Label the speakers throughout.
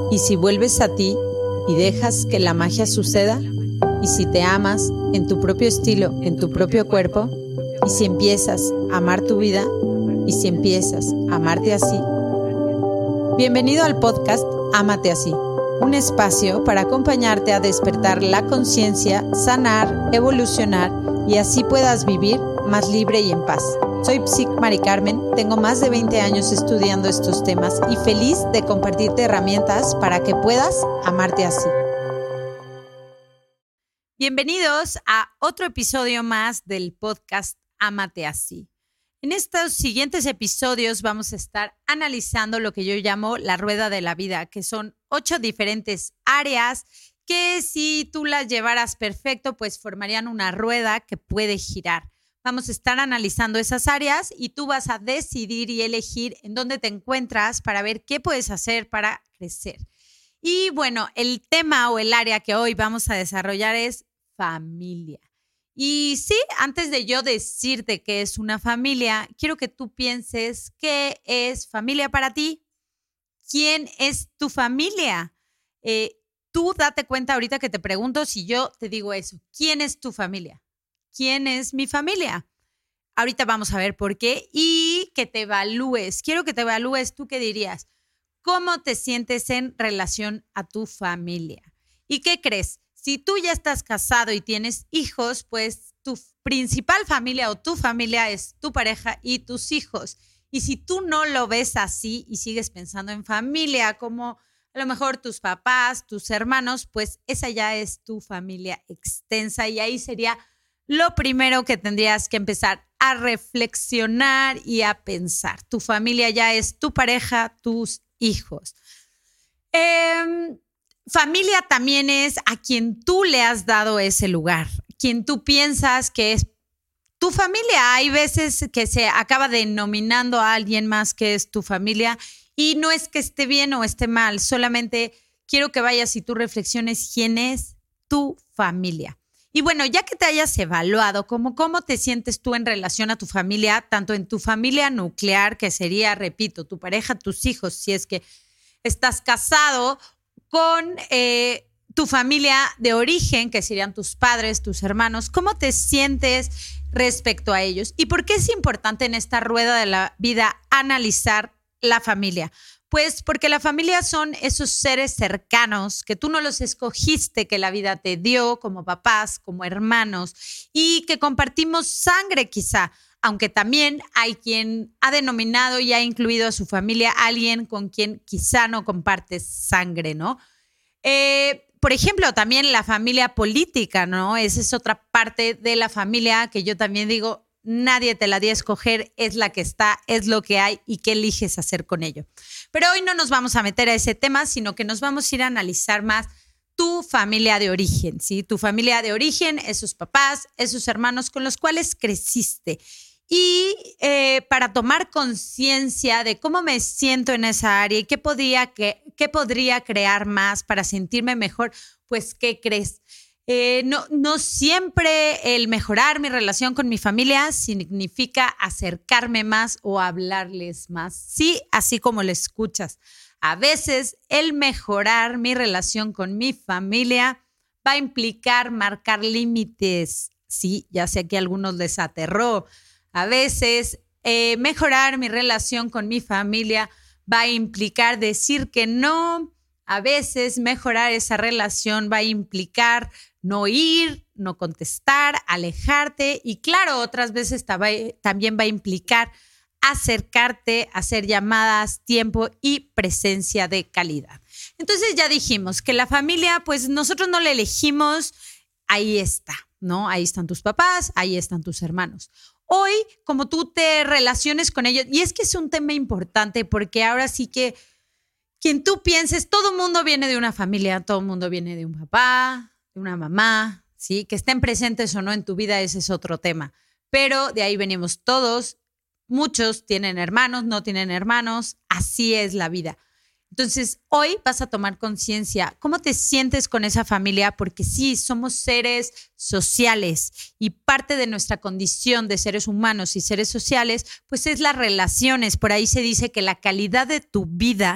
Speaker 1: ¿Y si vuelves a ti y dejas que la magia suceda? ¿Y si te amas en tu propio estilo, en tu propio cuerpo? ¿Y si empiezas a amar tu vida? ¿Y si empiezas a amarte así? Bienvenido al podcast Ámate Así, un espacio para acompañarte a despertar la conciencia, sanar, evolucionar y así puedas vivir más libre y en paz. Soy Psic Mari Carmen, tengo más de 20 años estudiando estos temas y feliz de compartirte herramientas para que puedas amarte así. Bienvenidos a otro episodio más del podcast Ámate Así. En estos siguientes episodios vamos a estar analizando lo que yo llamo la rueda de la vida, que son 8 diferentes áreas que si tú las llevaras perfecto, pues formarían una rueda que puede girar. Vamos a estar analizando esas áreas y tú vas a decidir y elegir en dónde te encuentras para ver qué puedes hacer para crecer. Y bueno, el tema o el área que hoy vamos a desarrollar es familia. Y sí, antes de yo decirte qué es una familia, quiero que tú pienses qué es familia para ti. ¿Quién es tu familia? Tú date cuenta ahorita que te pregunto si yo te digo eso. ¿Quién es tu familia? ¿Quién es mi familia? Ahorita vamos a ver por qué y que te evalúes. Quiero que te evalúes. ¿Tú qué dirías? ¿Cómo te sientes en relación a tu familia? ¿Y qué crees? Si tú ya estás casado y tienes hijos, pues tu principal familia o tu familia es tu pareja y tus hijos. Y si tú no lo ves así y sigues pensando en familia como a lo mejor tus papás, tus hermanos, pues esa ya es tu familia extensa y ahí sería lo primero que tendrías que empezar a reflexionar y a pensar. Tu familia ya es tu pareja, tus hijos. Familia también es a quien tú le has dado ese lugar, quien tú piensas que es tu familia. Hay veces que se acaba denominando a alguien más que es tu familia y no es que esté bien o esté mal, solamente quiero que vayas y tú reflexiones quién es tu familia. Y bueno, ya que te hayas evaluado, ¿cómo te sientes tú en relación a tu familia, tanto en tu familia nuclear, que sería, repito, tu pareja, tus hijos, si es que estás casado, con tu familia de origen, que serían tus padres, tus hermanos? ¿Cómo te sientes respecto a ellos? ¿Y por qué es importante en esta rueda de la vida analizar la familia? Pues porque la familia son esos seres cercanos que tú no los escogiste, que la vida te dio como papás, como hermanos y que compartimos sangre quizá, aunque también hay quien ha denominado y ha incluido a su familia a alguien con quien quizá no compartes sangre, ¿no? Por ejemplo, también la familia política, ¿no? Esa es otra parte de la familia que yo también digo, nadie te la dio a escoger, es la que está, es lo que hay y qué eliges hacer con ello. Pero hoy no nos vamos a meter a ese tema, sino que nos vamos a ir a analizar más tu familia de origen, ¿sí? Tu familia de origen, esos papás, esos hermanos con los cuales creciste. Y para tomar conciencia de cómo me siento en esa área y qué podría crear más para sentirme mejor, pues, ¿qué crees? No siempre el mejorar mi relación con mi familia significa acercarme más o hablarles más. Sí, así como lo escuchas. A veces el mejorar mi relación con mi familia va a implicar marcar límites. Sí, ya sé que a algunos les aterró. A veces mejorar mi relación con mi familia va a implicar decir que no. A veces mejorar esa relación va a implicar no ir, no contestar, alejarte y claro, otras veces también va a implicar acercarte, hacer llamadas, tiempo y presencia de calidad. Entonces ya dijimos que la familia, pues nosotros no la elegimos, ahí está, ¿no? Ahí están tus papás, ahí están tus hermanos. Hoy, como tú te relaciones con ellos, y es que es un tema importante porque ahora sí que quien tú pienses, todo mundo viene de una familia, todo mundo viene de un papá, de una mamá, ¿sí? Que estén presentes o no en tu vida, ese es otro tema. Pero de ahí venimos todos, muchos tienen hermanos, no tienen hermanos, así es la vida. Entonces, hoy vas a tomar conciencia, ¿cómo te sientes con esa familia? Porque sí, somos seres sociales y parte de nuestra condición de seres humanos y seres sociales, pues es las relaciones. Por ahí se dice que la calidad de tu vida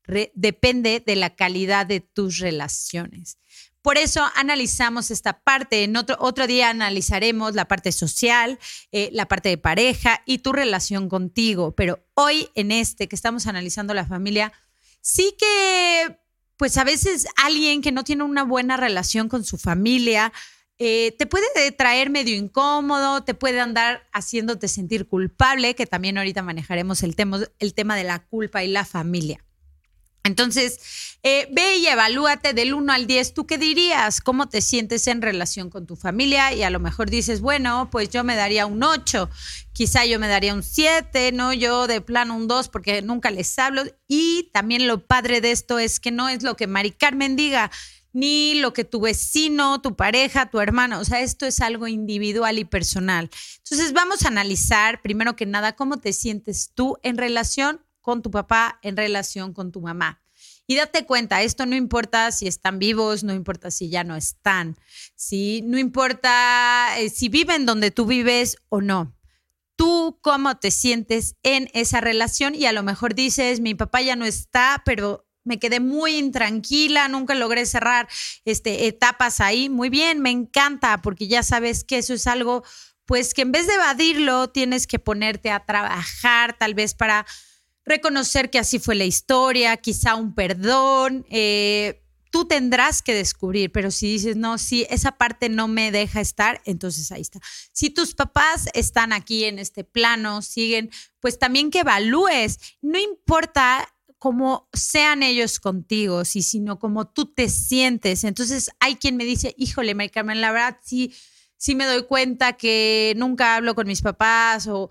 Speaker 1: depende de la calidad de tus relaciones. Por eso analizamos esta parte. En otro día analizaremos la parte social, la parte de pareja y tu relación contigo. Pero hoy en que estamos analizando la familia, sí que pues a veces alguien que no tiene una buena relación con su familia te puede traer medio incómodo, te puede andar haciéndote sentir culpable, que también ahorita manejaremos el tema de la culpa y la familia. Entonces, ve y evalúate del 1 al 10. ¿Tú qué dirías? ¿Cómo te sientes en relación con tu familia? Y a lo mejor dices, bueno, pues yo me daría un 8, quizá yo me daría un 7, ¿no? Yo de plano un 2 porque nunca les hablo. Y también lo padre de esto es que no es lo que Mari Carmen diga, ni lo que tu vecino, tu pareja, tu hermano. O sea, esto es algo individual y personal. Entonces, vamos a analizar, primero que nada, cómo te sientes tú en relación con tu papá, en relación con tu mamá. Y date cuenta, esto no importa si están vivos, no importa si ya no están, ¿sí? No importa si viven donde tú vives o no. Tú cómo te sientes en esa relación y a lo mejor dices, mi papá ya no está, pero me quedé muy intranquila, nunca logré cerrar etapas ahí. Muy bien, me encanta porque ya sabes que eso es algo, pues que en vez de evadirlo, tienes que ponerte a trabajar tal vez para reconocer que así fue la historia, quizá un perdón, tú tendrás que descubrir, pero si dices, no, sí, esa parte no me deja estar, entonces ahí está. Si tus papás están aquí en este plano, siguen, pues también que evalúes, no importa cómo sean ellos contigo, sino cómo tú te sientes. Entonces hay quien me dice, híjole, Mari Carmen, la verdad sí me doy cuenta que nunca hablo con mis papás o...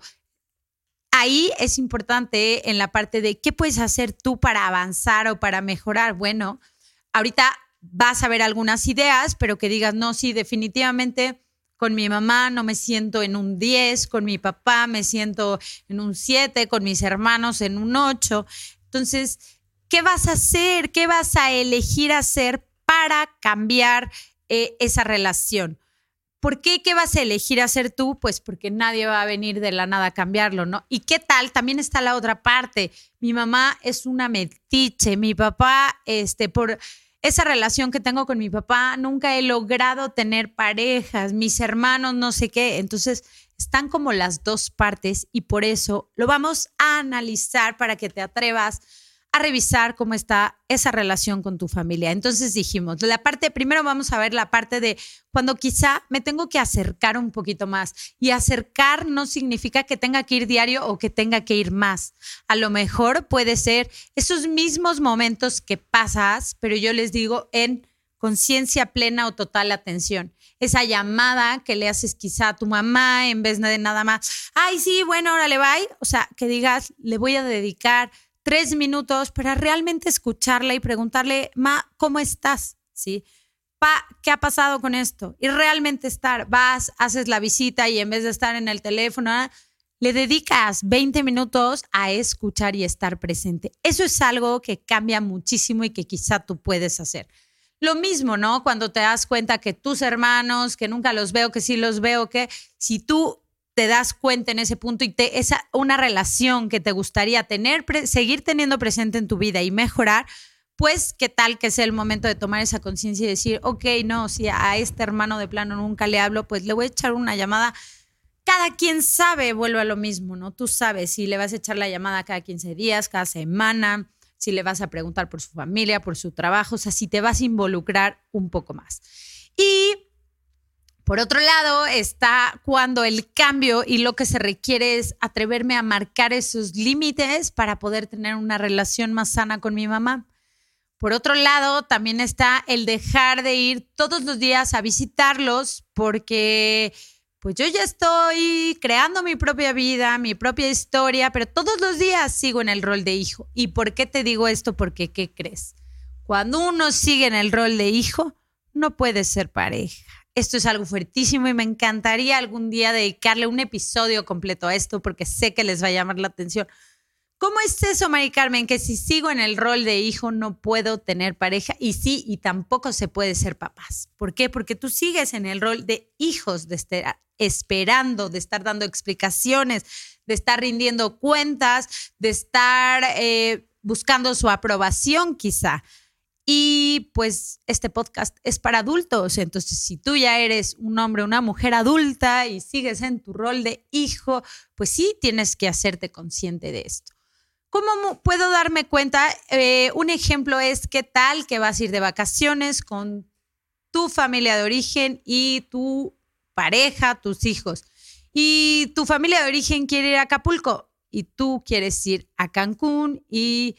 Speaker 1: Ahí es importante en la parte de qué puedes hacer tú para avanzar o para mejorar. Bueno, ahorita vas a ver algunas ideas, pero que digas, no, sí, definitivamente con mi mamá no me siento en un 10, con mi papá me siento en un 7, con mis hermanos en un 8. Entonces, ¿qué vas a hacer? ¿Qué vas a elegir hacer para cambiar esa relación? ¿Por qué? ¿Qué vas a elegir hacer tú? Pues porque nadie va a venir de la nada a cambiarlo, ¿no? ¿Y qué tal? También está la otra parte. Mi mamá es una metiche. Mi papá, por esa relación que tengo con mi papá, nunca he logrado tener parejas. Mis hermanos, no sé qué. Entonces, están como las dos partes y por eso lo vamos a analizar para que te atrevas a revisar cómo está esa relación con tu familia. Entonces dijimos, primero vamos a ver la parte de cuando quizá me tengo que acercar un poquito más. Y acercar no significa que tenga que ir diario o que tenga que ir más. A lo mejor puede ser esos mismos momentos que pasas, pero yo les digo en conciencia plena o total atención. Esa llamada que le haces quizá a tu mamá en vez de nada más, ay, sí, bueno, órale, bye. O sea, que digas, le voy a dedicar 3 minutos para realmente escucharla y preguntarle, ma, ¿cómo estás? ¿Sí? Pa, ¿qué ha pasado con esto? Y realmente haces la visita y en vez de estar en el teléfono, le dedicas 20 minutos a escuchar y estar presente. Eso es algo que cambia muchísimo y que quizá tú puedes hacer. Lo mismo, ¿no? Cuando te das cuenta que tus hermanos, que nunca los veo, que sí los veo, que si tú te das cuenta en ese punto y una relación que te gustaría tener, seguir teniendo presente en tu vida y mejorar, pues qué tal que sea el momento de tomar esa conciencia y decir, ok, no, si a este hermano de plano nunca le hablo, pues le voy a echar una llamada. Cada quien sabe, vuelve a lo mismo, ¿no? Tú sabes si le vas a echar la llamada cada 15 días, cada semana, si le vas a preguntar por su familia, por su trabajo, o sea, si te vas a involucrar un poco más. Y por otro lado está cuando el cambio y lo que se requiere es atreverme a marcar esos límites para poder tener una relación más sana con mi mamá. Por otro lado, también está el dejar de ir todos los días a visitarlos porque pues yo ya estoy creando mi propia vida, mi propia historia, pero todos los días sigo en el rol de hijo. ¿Y por qué te digo esto? Porque, ¿qué crees? Cuando uno sigue en el rol de hijo, no puede ser pareja. Esto es algo fuertísimo y me encantaría algún día dedicarle un episodio completo a esto porque sé que les va a llamar la atención. ¿Cómo es eso, Mari Carmen? Que si sigo en el rol de hijo no puedo tener pareja y sí, y tampoco se puede ser papás. ¿Por qué? Porque tú sigues en el rol de hijos, de estar esperando, de estar dando explicaciones, de estar rindiendo cuentas, de estar buscando su aprobación quizá. Y pues este podcast es para adultos, entonces si tú ya eres un hombre o una mujer adulta y sigues en tu rol de hijo, pues sí tienes que hacerte consciente de esto. ¿Cómo puedo darme cuenta? Un ejemplo es qué tal que vas a ir de vacaciones con tu familia de origen y tu pareja, tus hijos. Y tu familia de origen quiere ir a Acapulco y tú quieres ir a Cancún y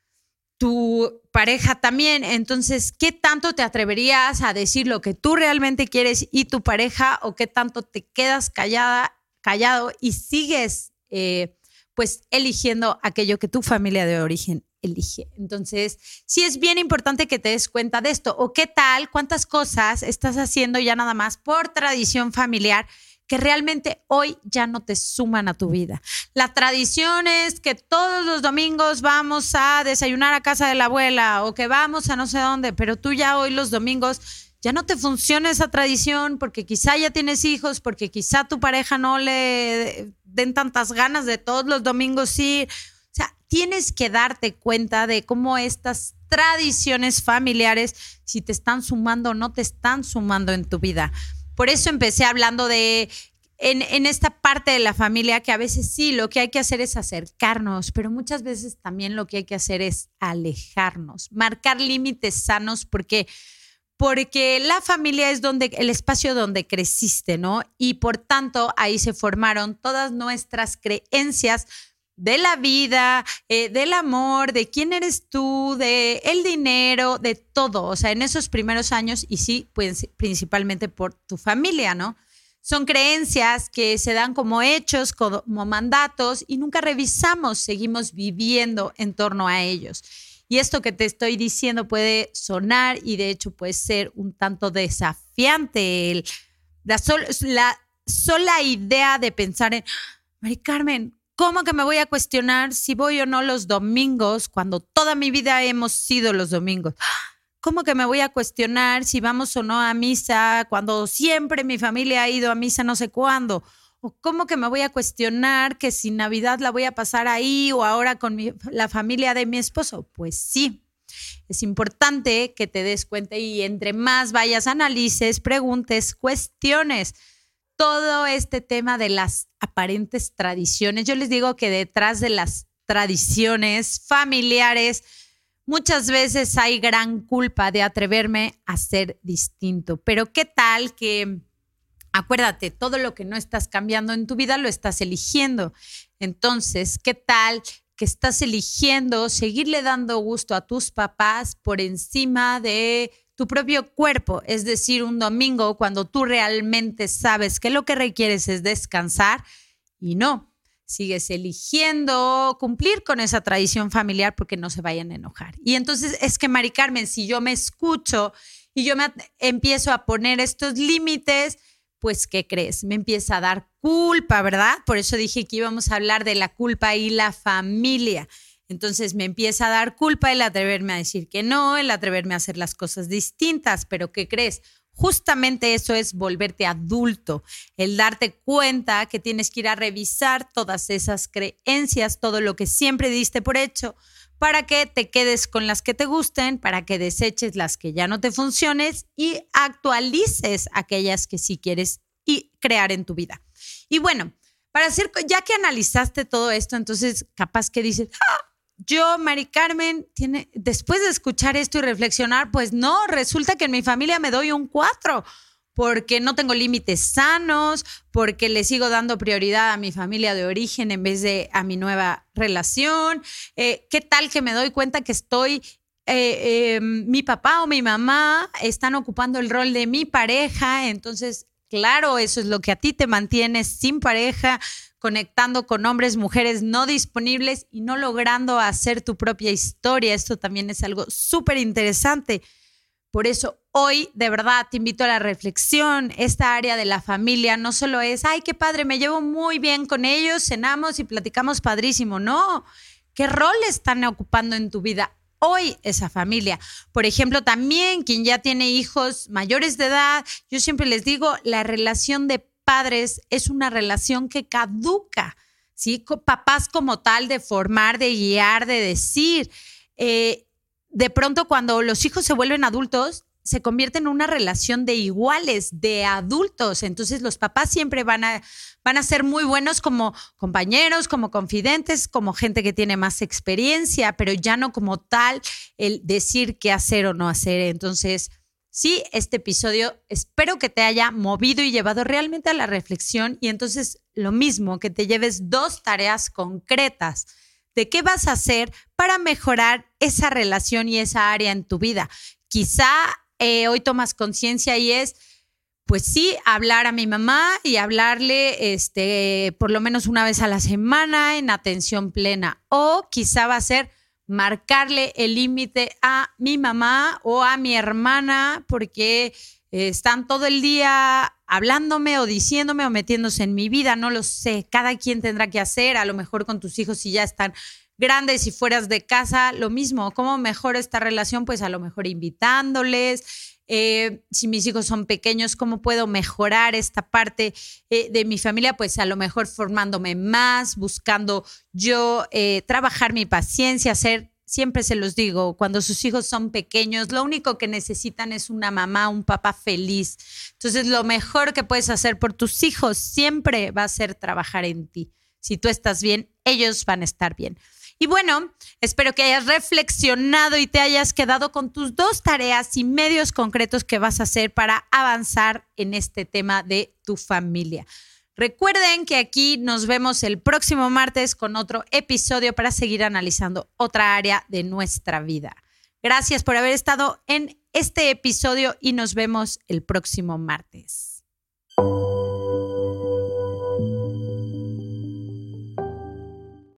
Speaker 1: tu pareja también. Entonces, ¿qué tanto te atreverías a decir lo que tú realmente quieres y tu pareja, o qué tanto te quedas callado y sigues pues eligiendo aquello que tu familia de origen elige? Entonces, sí es bien importante que te des cuenta de esto. ¿O qué tal? ¿Cuántas cosas estás haciendo ya nada más por tradición familiar que realmente hoy ya no te suman a tu vida? La tradición es que todos los domingos vamos a desayunar a casa de la abuela o que vamos a no sé dónde, pero tú ya hoy los domingos ya no te funciona esa tradición porque quizá ya tienes hijos, porque quizá tu pareja no le den tantas ganas de todos los domingos ir. O sea, tienes que darte cuenta de cómo estas tradiciones familiares, si te están sumando o no te están sumando en tu vida. Por eso empecé hablando de, en esta parte de la familia, que a veces sí, lo que hay que hacer es acercarnos, pero muchas veces también lo que hay que hacer es alejarnos, marcar límites sanos, porque la familia es el espacio donde creciste, ¿no? Y por tanto, ahí se formaron todas nuestras creencias de la vida, del amor, de quién eres tú, de el dinero, de todo. O sea, en esos primeros años, y sí, pues principalmente por tu familia, ¿no? Son creencias que se dan como hechos, como mandatos, y nunca revisamos, seguimos viviendo en torno a ellos. Y esto que te estoy diciendo puede sonar, y de hecho puede ser un tanto desafiante. La sola idea de pensar en, Mari Carmen, ¿cómo que me voy a cuestionar si voy o no los domingos cuando toda mi vida hemos sido los domingos? ¿Cómo que me voy a cuestionar si vamos o no a misa cuando siempre mi familia ha ido a misa no sé cuándo? ¿O cómo que me voy a cuestionar que si Navidad la voy a pasar ahí o ahora con la familia de mi esposo? Pues sí, es importante que te des cuenta y entre más vayas, analices, preguntes, cuestiones todo este tema de las aparentes tradiciones. Yo les digo que detrás de las tradiciones familiares muchas veces hay gran culpa de atreverme a ser distinto. Pero ¿qué tal que, acuérdate, todo lo que no estás cambiando en tu vida lo estás eligiendo? Entonces, ¿qué tal que estás eligiendo seguirle dando gusto a tus papás por encima de tu propio cuerpo? Es decir, un domingo cuando tú realmente sabes que lo que requieres es descansar y no, sigues eligiendo cumplir con esa tradición familiar porque no se vayan a enojar. Y entonces es que, Mari Carmen, si yo me escucho y yo me empiezo a poner estos límites, pues, ¿qué crees? Me empieza a dar culpa, ¿verdad? Por eso dije que íbamos a hablar de la culpa y la familia. Entonces me empieza a dar culpa el atreverme a decir que no, el atreverme a hacer las cosas distintas. Pero ¿qué crees? Justamente eso es volverte adulto, el darte cuenta que tienes que ir a revisar todas esas creencias, todo lo que siempre diste por hecho, para que te quedes con las que te gusten, para que deseches las que ya no te funcionen y actualices aquellas que sí quieres y crear en tu vida. Y bueno, ya que analizaste todo esto, entonces capaz que dices, yo, Mari Carmen, después de escuchar esto y reflexionar, pues no, resulta que en mi familia me doy un 4 porque no tengo límites sanos, porque le sigo dando prioridad a mi familia de origen en vez de a mi nueva relación. ¿Qué tal que me doy cuenta que mi papá o mi mamá están ocupando el rol de mi pareja? Entonces, claro, eso es lo que a ti te mantiene sin pareja, conectando con hombres, mujeres no disponibles y no logrando hacer tu propia historia. Esto también es algo súper interesante. Por eso hoy, de verdad, te invito a la reflexión. Esta área de la familia no solo es, ay, qué padre, me llevo muy bien con ellos, cenamos y platicamos padrísimo. No, ¿qué rol están ocupando en tu vida hoy esa familia? Por ejemplo, también quien ya tiene hijos mayores de edad, yo siempre les digo, la relación de padres es una relación que caduca. ¿sí? Papás como tal de formar, de guiar, de decir. De pronto cuando los hijos se vuelven adultos, se convierte en una relación de iguales, de adultos. Entonces los papás siempre van a ser muy buenos como compañeros, como confidentes, como gente que tiene más experiencia, pero ya no como tal el decir qué hacer o no hacer. Entonces, sí, este episodio espero que te haya movido y llevado realmente a la reflexión y entonces lo mismo, que te lleves 2 tareas concretas de qué vas a hacer para mejorar esa relación y esa área en tu vida. Quizá hoy tomas conciencia y es, pues sí, hablar a mi mamá y hablarle por lo menos una vez a la semana en atención plena. O quizá va a ser marcarle el límite a mi mamá o a mi hermana porque están todo el día hablándome o diciéndome o metiéndose en mi vida. No lo sé, cada quien tendrá que hacer. A lo mejor con tus hijos si ya están grandes y fueras de casa, lo mismo. ¿Cómo mejora esta relación? Pues a lo mejor invitándoles. Si mis hijos son pequeños, ¿cómo puedo mejorar esta parte de mi familia? Pues a lo mejor formándome más, buscando yo trabajar mi paciencia, siempre se los digo, cuando sus hijos son pequeños, lo único que necesitan es una mamá, un papá feliz. Entonces, lo mejor que puedes hacer por tus hijos siempre va a ser trabajar en ti. Si tú estás bien, ellos van a estar bien. Y bueno, espero que hayas reflexionado y te hayas quedado con tus 2 tareas y medios concretos que vas a hacer para avanzar en este tema de tu familia. Recuerden que aquí nos vemos el próximo martes con otro episodio para seguir analizando otra área de nuestra vida. Gracias por haber estado en este episodio y nos vemos el próximo martes.